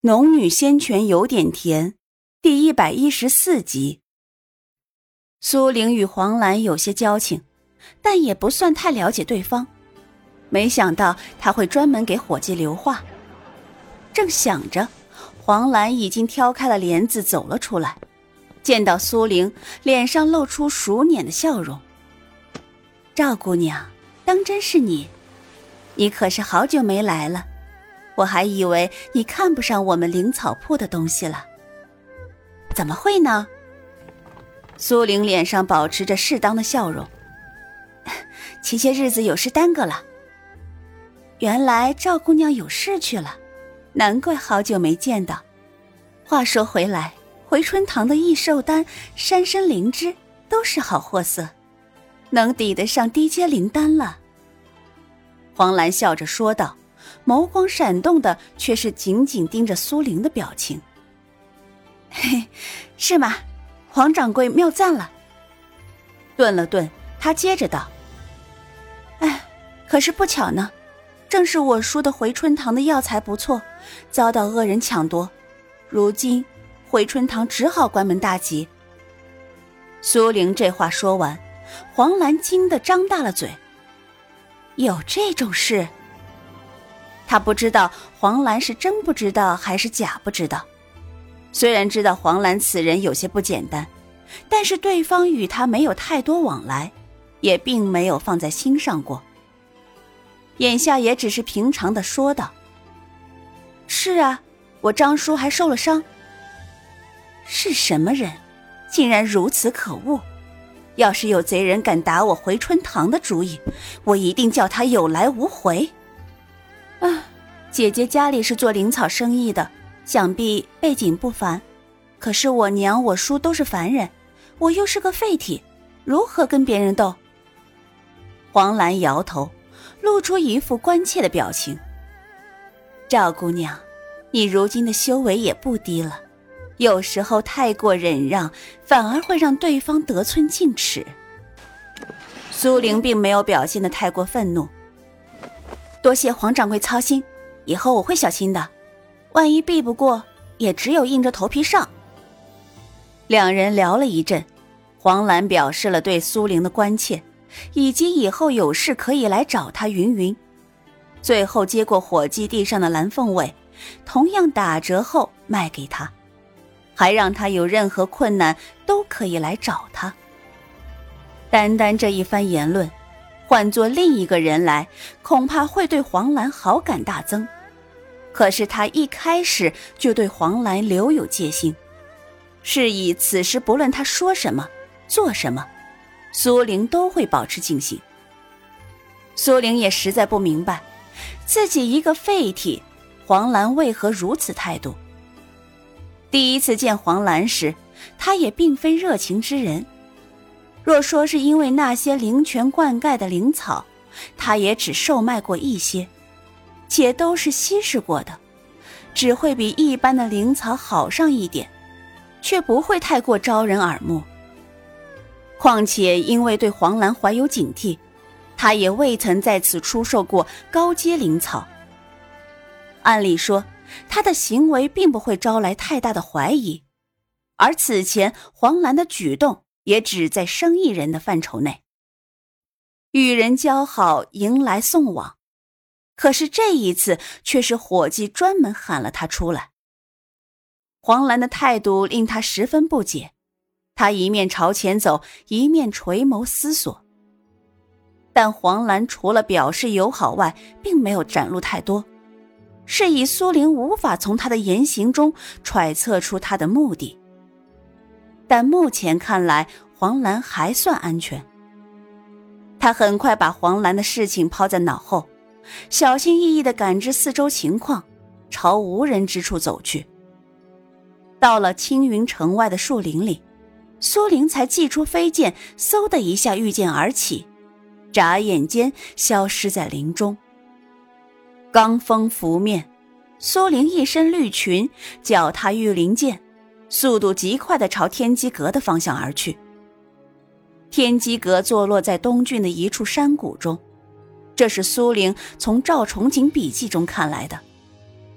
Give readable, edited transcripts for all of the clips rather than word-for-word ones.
农女仙泉有点甜第114集。苏玲与黄兰有些交情，但也不算太了解对方，没想到他会专门给伙计留话。正想着，黄兰已经挑开了帘子走了出来，见到苏玲，脸上露出熟稔的笑容。赵姑娘，当真是你？你可是好久没来了，我还以为你看不上我们灵草铺的东西了。怎么会呢？苏玲脸上保持着适当的笑容。前些日子有事耽搁了。原来赵姑娘有事去了，难怪好久没见到。话说回来，回春堂的益寿丹、山参灵芝都是好货色，能抵得上低阶灵丹了。黄兰笑着说道，眸光闪动的却是紧紧盯着苏玲的表情。嘿，是吗？黄掌柜妙赞了。顿了顿，他接着道：哎，可是不巧呢，正是我输的回春堂的药材不错，遭到恶人抢夺，如今回春堂只好关门大吉。苏玲这话说完，黄兰惊得张大了嘴。有这种事？他不知道黄兰是真不知道还是假不知道。虽然知道黄兰此人有些不简单，但是对方与他没有太多往来，也并没有放在心上过。眼下也只是平常的说道：是啊，我张叔还受了伤。是什么人，竟然如此可恶？要是有贼人敢打我回春堂的主意，我一定叫他有来无回。啊，姐姐家里是做灵草生意的，想必背景不凡，可是我娘我叔都是凡人，我又是个废体，如何跟别人斗？黄兰摇头，露出一副关切的表情。赵姑娘，你如今的修为也不低了，有时候太过忍让，反而会让对方得寸进尺。苏玲并没有表现得太过愤怒。多谢黄掌柜操心，以后我会小心的，万一避不过，也只有硬着头皮上。两人聊了一阵，黄兰表示了对苏玲的关切，以及以后有事可以来找她云云。最后接过伙计地上的蓝凤尾，同样打折后卖给他，还让他有任何困难都可以来找他。单单这一番言论，换作另一个人来，恐怕会对黄兰好感大增。可是他一开始就对黄兰留有戒心，是以此时不论他说什么做什么，苏玲都会保持警醒。苏玲也实在不明白，自己一个废体，黄兰为何如此态度。第一次见黄兰时，他也并非热情之人，若说是因为那些灵泉灌溉的灵草，他也只售卖过一些，且都是稀释过的，只会比一般的灵草好上一点，却不会太过招人耳目。况且因为对黄兰怀有警惕，他也未曾在此出售过高阶灵草。按理说他的行为并不会招来太大的怀疑，而此前黄兰的举动也只在生意人的范畴内，与人交好，迎来送往。可是这一次却是伙计专门喊了他出来。黄兰的态度令他十分不解，他一面朝前走，一面垂眸思索。但黄兰除了表示友好外，并没有展露太多，是以苏玲无法从他的言行中揣测出他的目的。但目前看来，黄兰还算安全。他很快把黄兰的事情抛在脑后，小心翼翼地感知四周情况，朝无人之处走去。到了青云城外的树林里，苏玲才祭出飞剑，嗖的一下御剑而起，眨眼间消失在林中。罡风拂面，苏玲一身绿裙，脚踏御灵剑，速度极快地朝天机阁的方向而去。天机阁坐落在东郡的一处山谷中，这是苏玲从赵重景笔记中看来的。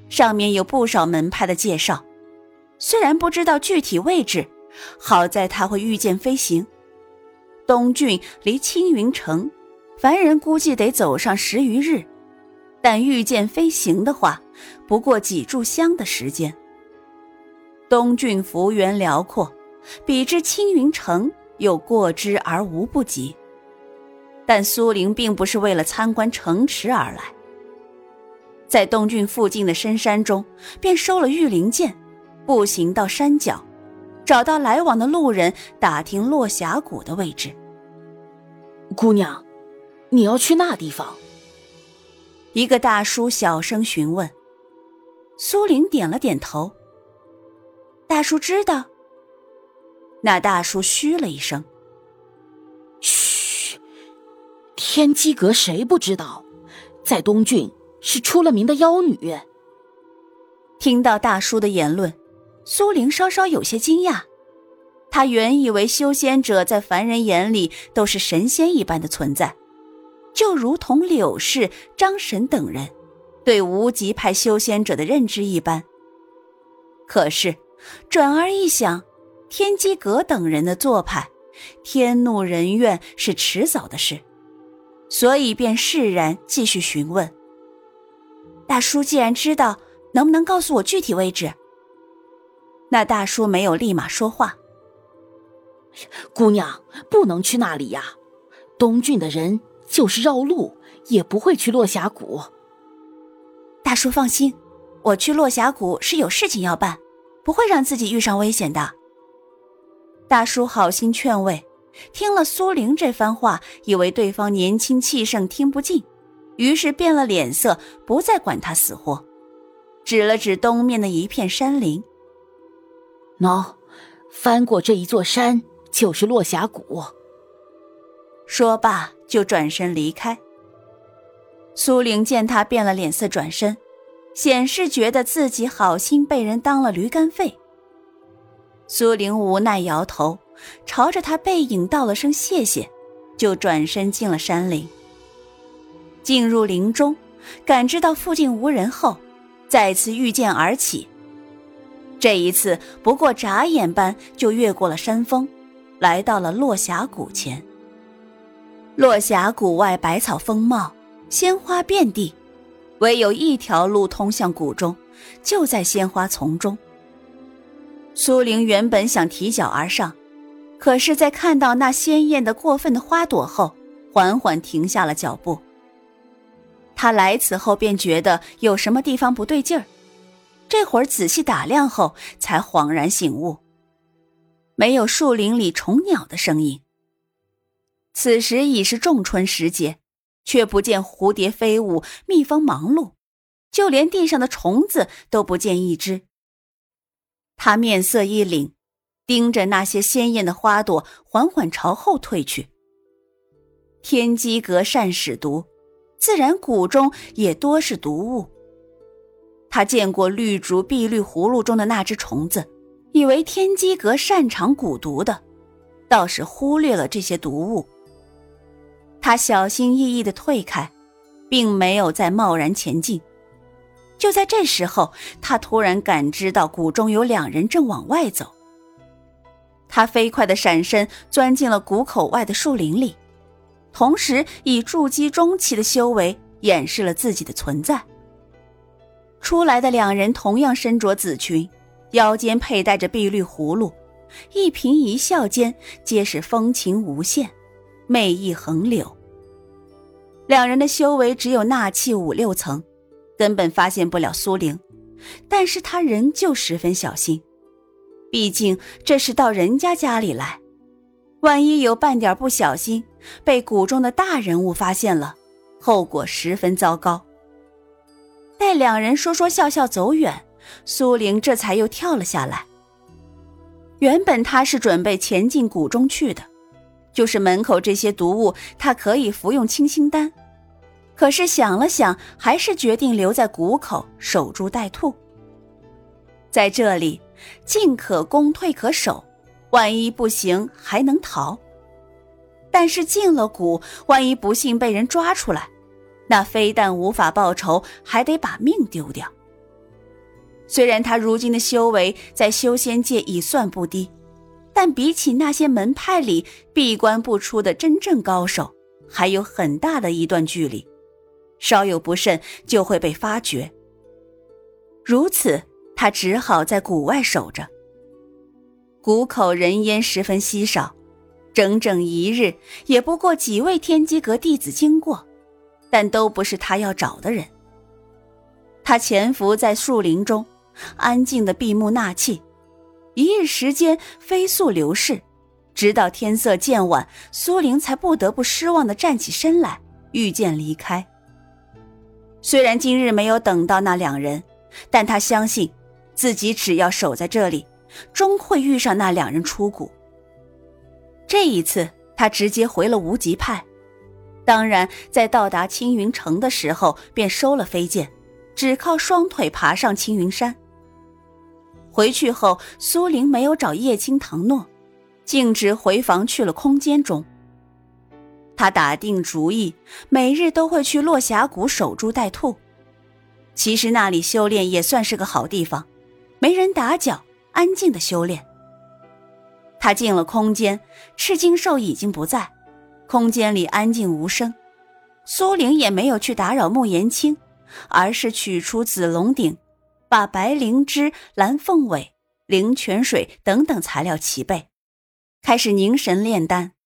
上面有不少门派的介绍。虽然不知道具体位置，好在他会御剑飞行。东郡离青云城，凡人估计得走上10余日，但御剑飞行的话，不过几炷香的时间。东郡幅员辽阔，比之青云城有过之而无不及。但苏玲并不是为了参观城池而来，在东郡附近的深山中，便收了御灵剑，步行到山脚，找到来往的路人，打听落峡谷的位置。 姑娘，你要去那地方？ 一个大叔小声询问。苏玲点了点头。大叔知道？那大叔嘘了一声。 嘘，天机阁谁不知道，在东郡是出了名的妖女。 听到大叔的言论，苏玲稍稍有些惊讶。她原以为修仙者在凡人眼里都是神仙一般的存在，就如同柳氏、张神等人对无极派修仙者的认知一般。可是转而一想，天机阁等人的做派，天怒人怨是迟早的事，所以便释然继续询问。大叔既然知道，能不能告诉我具体位置？那大叔没有立马说话。 姑娘，不能去那里呀，东郡的人就是绕路，也不会去落峡谷。 大叔放心，我去落峡谷是有事情要办，不会让自己遇上危险的。大叔好心劝慰，听了苏玲这番话，以为对方年轻气盛听不进，于是变了脸色，不再管他死活，指了指东面的一片山林。 喏，翻过这一座山就是落峡谷。 说罢就转身离开。苏玲见他变了脸色转身，显示觉得自己好心被人当了驴肝肺。苏玲无奈摇头，朝着他背影道了声谢谢，就转身进了山林。进入林中，感知到附近无人后，再次御剑而起。这一次不过眨眼般就越过了山峰，来到了落峡谷前。落峡谷外百草丰茂，鲜花遍地，唯有一条路通向谷中，就在鲜花丛中。苏玲原本想提脚而上，可是在看到那鲜艳的过分的花朵后，缓缓停下了脚步。她来此后便觉得有什么地方不对劲儿，这会儿仔细打量后，才恍然醒悟，没有树林里虫鸟的声音。此时已是仲春时节，却不见蝴蝶飞舞，蜜蜂忙碌，就连地上的虫子都不见一只。他面色一凛，盯着那些鲜艳的花朵，缓缓朝后退去。天机阁善使毒，自然谷中也多是毒物。他见过绿竹碧绿葫芦中的那只虫子，以为天机阁擅长蛊毒的，倒是忽略了这些毒物。他小心翼翼地退开，并没有再贸然前进。就在这时候，他突然感知到谷中有2人正往外走。他飞快地闪身钻进了谷口外的树林里，同时以筑基中期的修为掩饰了自己的存在。出来的2人同样身着紫裙，腰间佩戴着碧绿葫芦，一颦一笑间皆是风情无限，魅意横流。2人的修为只有纳气5、6层，根本发现不了苏玲，但是他仍旧十分小心，毕竟这是到人家家里来，万一有半点不小心，被谷中的大人物发现了，后果十分糟糕。待2人说说笑笑走远，苏玲这才又跳了下来。原本他是准备前进谷中去的，就是门口这些毒物，他可以服用清心丹。可是想了想，还是决定留在谷口守株待兔。在这里，进可攻，退可守，万一不行还能逃。但是进了谷，万一不幸被人抓出来，那非但无法报仇，还得把命丢掉。 虽然他如今的修为在修仙界已算不低，但比起那些门派里闭关不出的真正高手，还有很大的一段距离，稍有不慎就会被发觉。如此，他只好在谷外守着。谷口人烟十分稀少，整整一日也不过几位天机阁弟子经过，但都不是他要找的人。他潜伏在树林中，安静地闭目纳气，一日时间飞速流逝，直到天色渐晚，苏玲才不得不失望地站起身来，御剑离开。虽然今日没有等到那两人，但他相信自己只要守在这里，终会遇上那两人出谷。这一次他直接回了无极派，当然在到达青云城的时候便收了飞剑，只靠双腿爬上青云山。回去后，苏玲没有找叶青唐诺，径直回房去了空间中。他打定主意，每日都会去落霞谷守株待兔。其实那里修炼也算是个好地方，没人打搅，安静的修炼。他进了空间，赤金兽已经不在，空间里安静无声。苏玲也没有去打扰穆言清，而是取出紫龙鼎，把白灵芝、蓝凤尾、灵泉水等等材料齐备，开始凝神炼丹。